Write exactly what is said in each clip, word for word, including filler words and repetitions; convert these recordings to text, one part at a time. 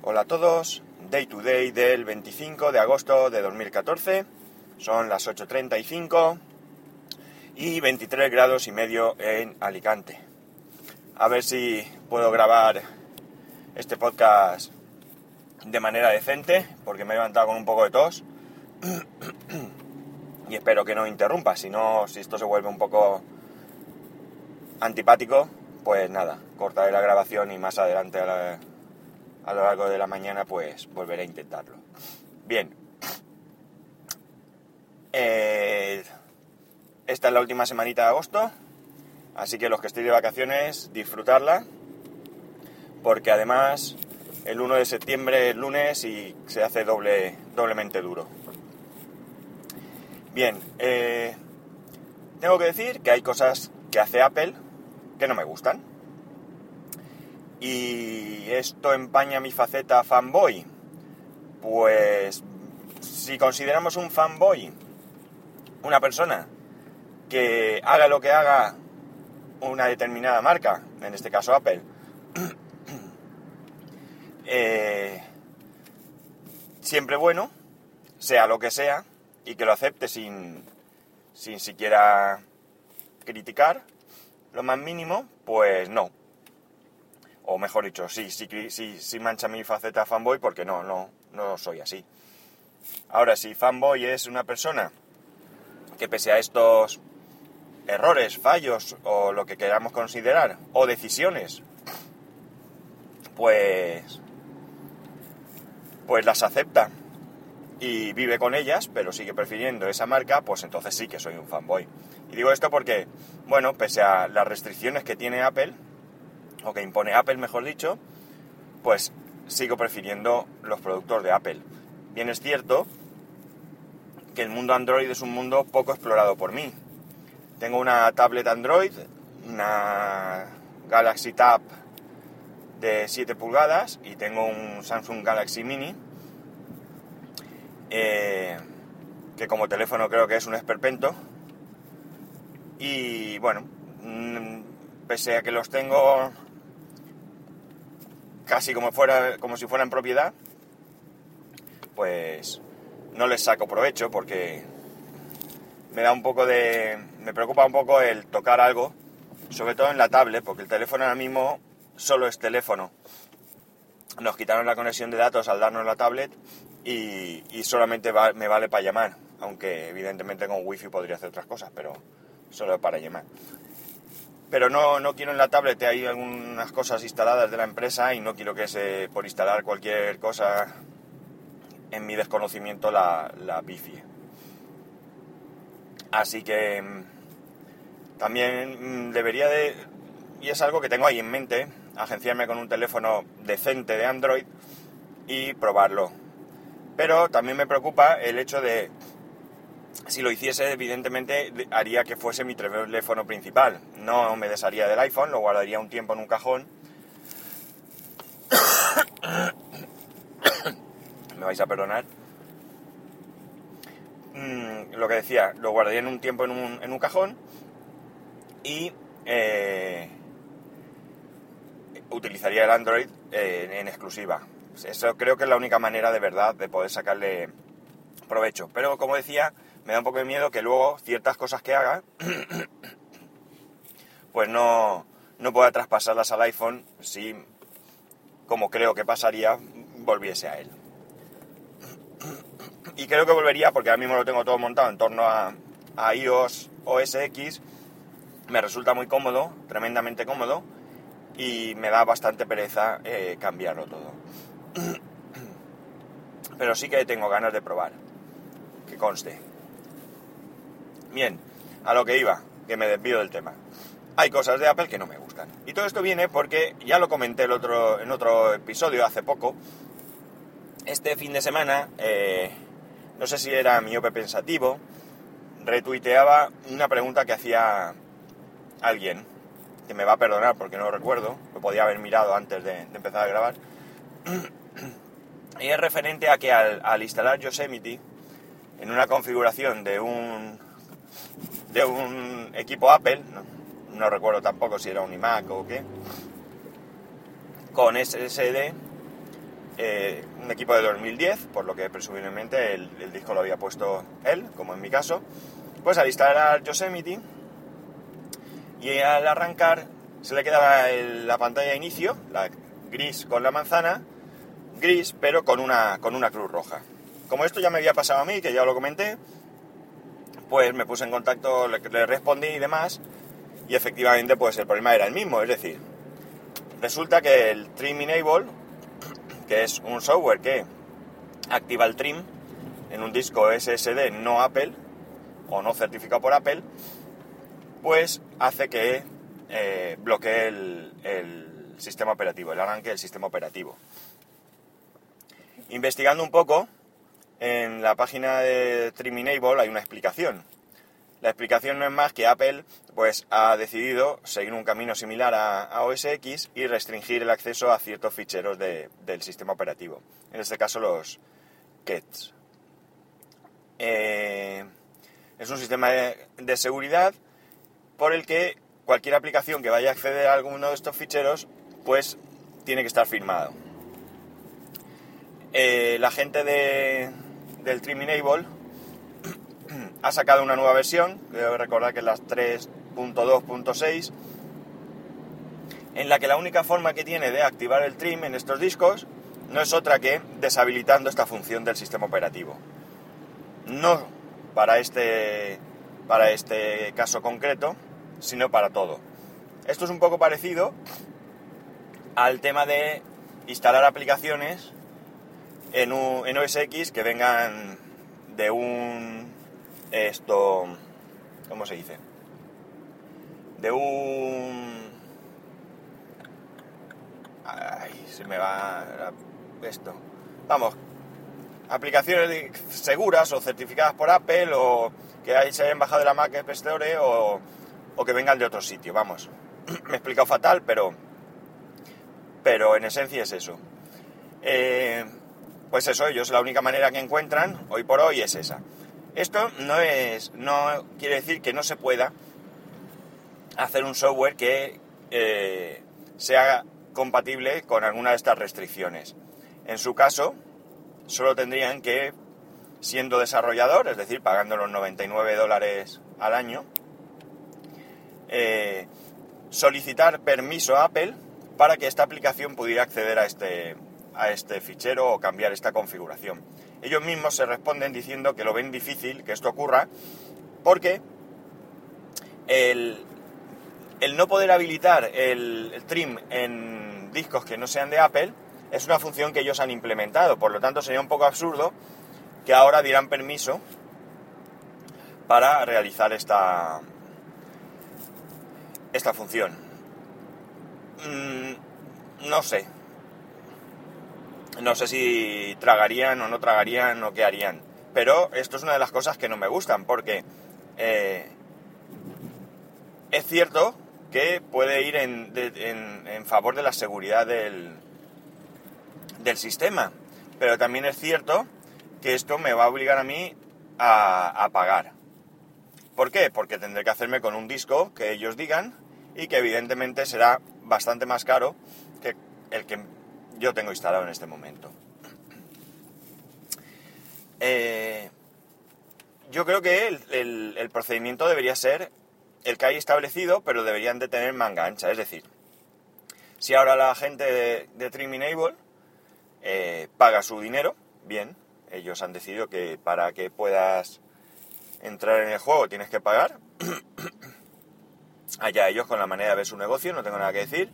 Hola a todos, Day to Day del veinticinco de agosto de dos mil catorce, son las ocho treinta y cinco y veintitrés grados y medio en Alicante. A ver si puedo grabar este podcast de manera decente, porque me he levantado con un poco de tos y espero que no interrumpa. Si no, si esto se vuelve un poco antipático, pues nada, cortaré la grabación y más adelante a, la, a lo largo de la mañana pues volveré a intentarlo. Bien, eh, esta es la última semanita de agosto, así que los que estéis de vacaciones, disfrutarla, porque además el uno de septiembre es lunes y se hace doble, doblemente duro. Bien, eh, tengo que decir que hay cosas que hace Apple que no me gustan. ¿Y esto empaña mi faceta fanboy? Pues si consideramos un fanboy una persona que haga lo que haga una determinada marca, en este caso Apple, eh, siempre bueno, sea lo que sea, y que lo acepte sin, sin siquiera criticar lo más mínimo, pues no. O mejor dicho, sí, sí, sí, sí mancha mi faceta fanboy, porque no, no, no soy así. Ahora, si fanboy es una persona que pese a estos errores, fallos o lo que queramos considerar, o decisiones, pues, pues las acepta y vive con ellas, pero sigue prefiriendo esa marca, pues entonces sí que soy un fanboy. Y digo esto porque, bueno, pese a las restricciones que tiene Apple, o que impone Apple, mejor dicho, pues sigo prefiriendo los productos de Apple. Bien es cierto que el mundo Android es un mundo poco explorado por mí. Tengo una tablet Android, una Galaxy Tab de siete pulgadas y tengo un Samsung Galaxy Mini, eh, que como teléfono creo que es un esperpento. Y bueno, pese a que los tengo casi como fuera como si fueran propiedad, pues no les saco provecho, porque me da un poco de me preocupa un poco el tocar algo, sobre todo en la tablet, porque el teléfono ahora mismo solo es teléfono. Nos quitaron la conexión de datos al darnos la tablet y, y solamente va, me vale para llamar, aunque evidentemente con wifi podría hacer otras cosas, pero solo para llamar. Pero no, no quiero en la tablet, hay algunas cosas instaladas de la empresa y no quiero que se, por instalar cualquier cosa en mi desconocimiento, la, la pifie. Así que también debería de, y es algo que tengo ahí en mente, agenciarme con un teléfono decente de Android y probarlo. Pero también me preocupa el hecho de, si lo hiciese, evidentemente haría que fuese mi teléfono principal. No me desharía del iPhone, lo guardaría un tiempo en un cajón. Me vais a perdonar. Mm, lo que decía, lo guardaría en un tiempo en un, en un cajón y eh, utilizaría el Android eh, en exclusiva. Eso creo que es la única manera de verdad de poder sacarle provecho. Pero como decía, me da un poco de miedo que luego ciertas cosas que haga pues no, no pueda traspasarlas al iPhone si, como creo que pasaría, volviese a él. Y creo que volvería porque ahora mismo lo tengo todo montado en torno a, a iOS O S X. Me resulta muy cómodo, tremendamente cómodo, y me da bastante pereza eh, cambiarlo todo. Pero sí que tengo ganas de probar, que conste. Bien, a lo que iba, que me desvío del tema. Hay cosas de Apple que no me gustan. Y todo esto viene porque, ya lo comenté el otro, en otro episodio hace poco, este fin de semana, eh, no sé si era miope pensativo, retuiteaba una pregunta que hacía alguien, que me va a perdonar porque no lo recuerdo, lo podía haber mirado antes de, de empezar a grabar, y es referente a que al, al instalar Yosemite en una configuración de un de un equipo Apple, no, no recuerdo tampoco si era un iMac o qué, con S S D, eh, un equipo de dos mil diez, por lo que presumiblemente el, el disco lo había puesto él, como en mi caso. Pues al instalar Yosemite y al arrancar se le quedaba el, la pantalla de inicio, la gris con la manzana, gris pero con una, con una cruz roja. Como esto ya me había pasado a mí, que ya lo comenté, pues me puse en contacto, le, le respondí y demás, y efectivamente pues el problema era el mismo, es decir, resulta que el Trim Enable, que es un software que activa el trim en un disco S S D no Apple, o no certificado por Apple, pues hace que eh, bloquee el, el sistema operativo, el arranque del sistema operativo. Investigando un poco, en la página de Trim Enable hay una explicación. La explicación no es más que Apple pues, ha decidido seguir un camino similar a, a O S X y restringir el acceso a ciertos ficheros de, del sistema operativo. En este caso los C E Ts. Eh, es un sistema de, de seguridad por el que cualquier aplicación que vaya a acceder a alguno de estos ficheros pues tiene que estar firmado. Eh, la gente de, del Trim Enable ha sacado una nueva versión, debo recordar que es la tres punto dos punto seis, en la que la única forma que tiene de activar el trim en estos discos no es otra que deshabilitando esta función del sistema operativo. No para este, para este caso concreto, sino para todo. Esto es un poco parecido al tema de instalar aplicaciones en, un, en O S X que vengan de un... esto... ¿cómo se dice? De un... ay, se me va esto. Vamos, aplicaciones seguras o certificadas por Apple o que se hayan bajado de la Mac App Store o, o que vengan de otro sitio, vamos. Me he explicado fatal, pero pero en esencia es eso. Eh, pues eso, ellos la única manera que encuentran hoy por hoy es esa. Esto no es, no quiere decir que no se pueda hacer un software que eh, sea compatible con alguna de estas restricciones. En su caso, solo tendrían que, siendo desarrollador, es decir, pagando los noventa y nueve dólares al año, eh, solicitar permiso a Apple para que esta aplicación pudiera acceder a este, a este fichero o cambiar esta configuración. Ellos mismos se responden diciendo que lo ven difícil que esto ocurra porque el, el no poder habilitar el, el trim en discos que no sean de Apple es una función que ellos han implementado, por lo tanto sería un poco absurdo que ahora dieran permiso para realizar esta, esta función. Mm, no sé. No sé si tragarían o no tragarían o qué harían. Pero esto es una de las cosas que no me gustan, porque eh, es cierto que puede ir en, de, en, en favor de la seguridad del, del sistema. Pero también es cierto que esto me va a obligar a mí a, a pagar. ¿Por qué? Porque tendré que hacerme con un disco que ellos digan y que evidentemente será bastante más caro que el que yo tengo instalado en este momento. Eh, yo creo que el, el, el procedimiento debería ser el que hay establecido, pero deberían de tener manga ancha. Es decir, si ahora la gente de, de Trim Enable eh, paga su dinero, bien, ellos han decidido que para que puedas entrar en el juego tienes que pagar. Allá ellos con la manera de ver su negocio, no tengo nada que decir.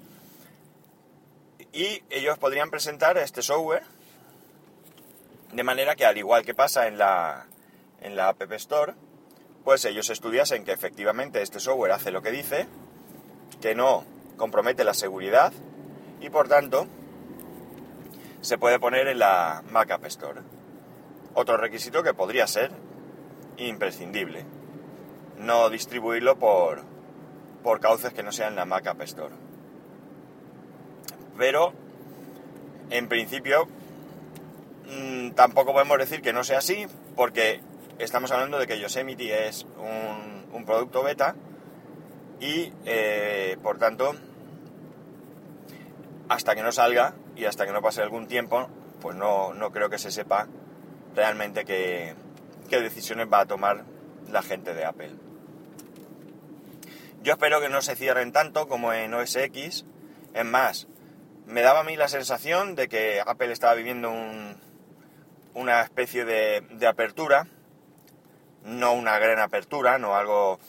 Y ellos podrían presentar este software de manera que, al igual que pasa en la, en la App Store, pues ellos estudiasen que efectivamente este software hace lo que dice, que no compromete la seguridad y por tanto se puede poner en la Mac App Store. Otro requisito que podría ser imprescindible, no distribuirlo por, por cauces que no sean la Mac App Store. Pero en principio mmm, tampoco podemos decir que no sea así, porque estamos hablando de que Yosemite es un, un producto beta y eh, por tanto hasta que no salga y hasta que no pase algún tiempo pues no, no creo que se sepa realmente qué, qué decisiones va a tomar la gente de Apple. Yo espero que no se cierren tanto como en O S X. Es más, me daba a mí la sensación de que Apple estaba viviendo un, una especie de, de apertura, no una gran apertura, no algo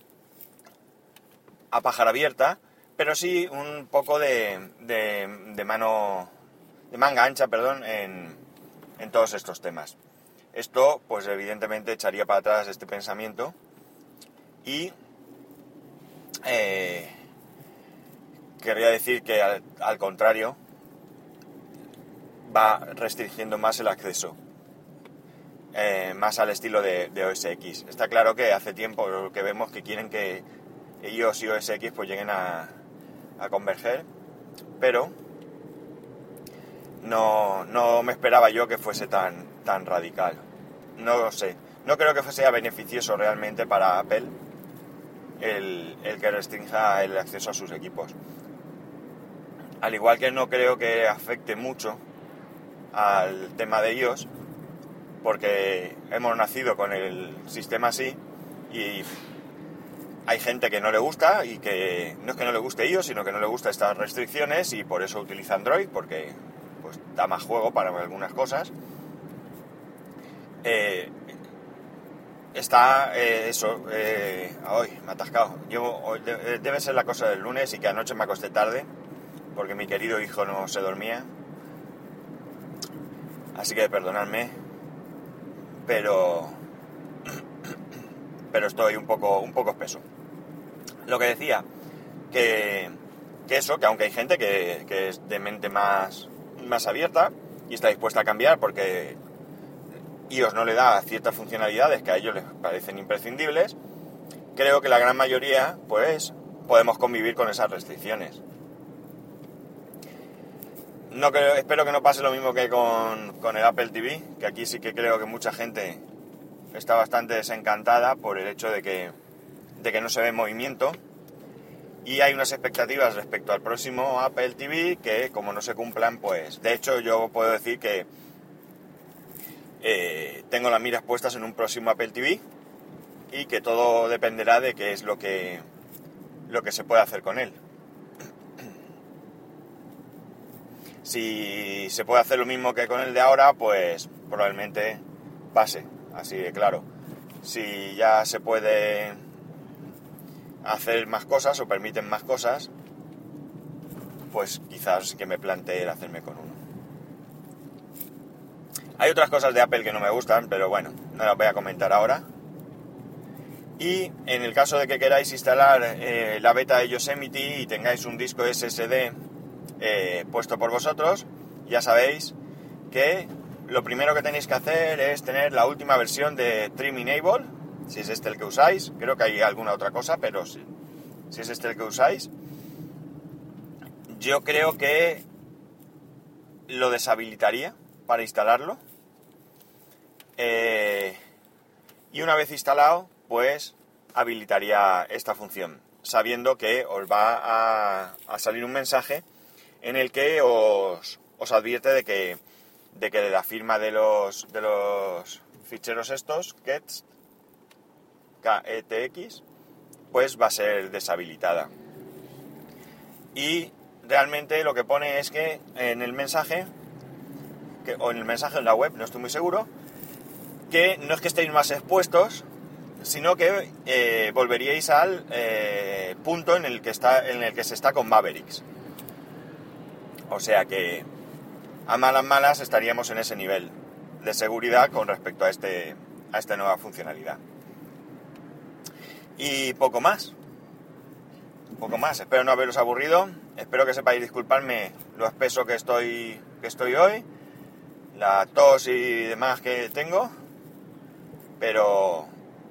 a pájara abierta, pero sí un poco de, de, de mano, de manga ancha, perdón, en, en todos estos temas. Esto, pues evidentemente echaría para atrás este pensamiento y eh, querría decir que al, al contrario va restringiendo más el acceso, eh, más al estilo de, de O S X. Está claro que hace tiempo que vemos que quieren que iOS y O S X pues lleguen a, a converger, pero no, no me esperaba yo que fuese tan, tan radical. No lo sé. No creo que sea beneficioso realmente para Apple el, el que restrinja el acceso a sus equipos. Al igual que no creo que afecte mucho al tema de iOS, porque hemos nacido con el sistema así y hay gente que no le gusta y que no es que no le guste iOS, sino que no le gusta estas restricciones y por eso utiliza Android, porque pues da más juego para algunas cosas. Eh, está eh, eso, eh, hoy me ha atascado. Llevo, hoy, de, debe ser la cosa del lunes y que anoche me acosté tarde porque mi querido hijo no se dormía. Así que perdonadme, pero pero estoy un poco un poco espeso. Lo que decía, que, que eso, que aunque hay gente que, que es de mente más, más abierta y está dispuesta a cambiar porque iOS no le da ciertas funcionalidades que a ellos les parecen imprescindibles, creo que la gran mayoría, pues, podemos convivir con esas restricciones. No creo, espero que no pase lo mismo que con, con el Apple T V, que aquí sí que creo que mucha gente está bastante desencantada por el hecho de que, de que no se ve movimiento. Y hay unas expectativas respecto al próximo Apple T V que, como no se cumplan, pues... De hecho, yo puedo decir que eh, tengo las miras puestas en un próximo Apple T V y que todo dependerá de qué es lo que, lo que se puede hacer con él. Si se puede hacer lo mismo que con el de ahora, pues probablemente pase, así de claro. Si ya se puede hacer más cosas o permiten más cosas, pues quizás sí que me plantee el hacerme con uno. Hay otras cosas de Apple que no me gustan, pero bueno, no las voy a comentar ahora. Y en el caso de que queráis instalar eh, la beta de Yosemite y tengáis un disco S S D eh, puesto por vosotros, ya sabéis que lo primero que tenéis que hacer es tener la última versión de Trim Enable, si es este el que usáis. Creo que hay alguna otra cosa, pero si, si es este el que usáis, yo creo que lo deshabilitaría para instalarlo. Eh, y una vez instalado, pues habilitaría esta función, sabiendo que os va a, a salir un mensaje en el que os, os advierte de que, de que la firma de los, de los ficheros estos, Kets, K E T X, pues va a ser deshabilitada. Y realmente lo que pone es que en el mensaje, que, o en el mensaje en la web, no estoy muy seguro, que no es que estéis más expuestos, sino que eh, volveríais al eh, punto en el que está, en el que se está con Mavericks. O sea que a malas malas estaríamos en ese nivel de seguridad con respecto a este a esta nueva funcionalidad. Y poco más. Poco más. Espero no haberos aburrido. Espero que sepáis disculparme lo espeso que estoy que estoy hoy, la tos y demás que tengo, pero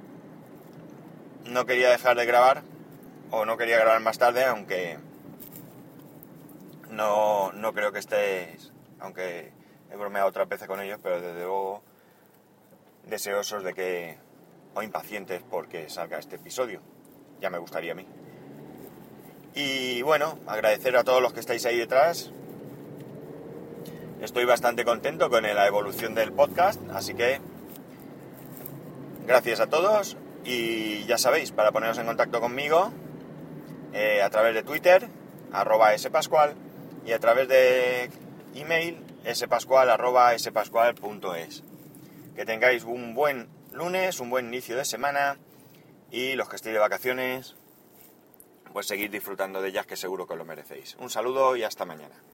no quería dejar de grabar, o no quería grabar más tarde, aunque no, no creo que estéis, aunque he bromeado otras veces con ellos, pero desde luego deseosos de que, o impacientes porque salga este episodio. Ya me gustaría a mí. Y bueno, agradecer a todos los que estáis ahí detrás, estoy bastante contento con la evolución del podcast, así que gracias a todos y ya sabéis, para poneros en contacto conmigo eh, a través de Twitter, arroba spascual, y a través de email, spascual arroba spascual punto es. Que tengáis un buen lunes, un buen inicio de semana y los que estéis de vacaciones, pues seguid disfrutando de ellas, que seguro que os lo merecéis. Un saludo y hasta mañana.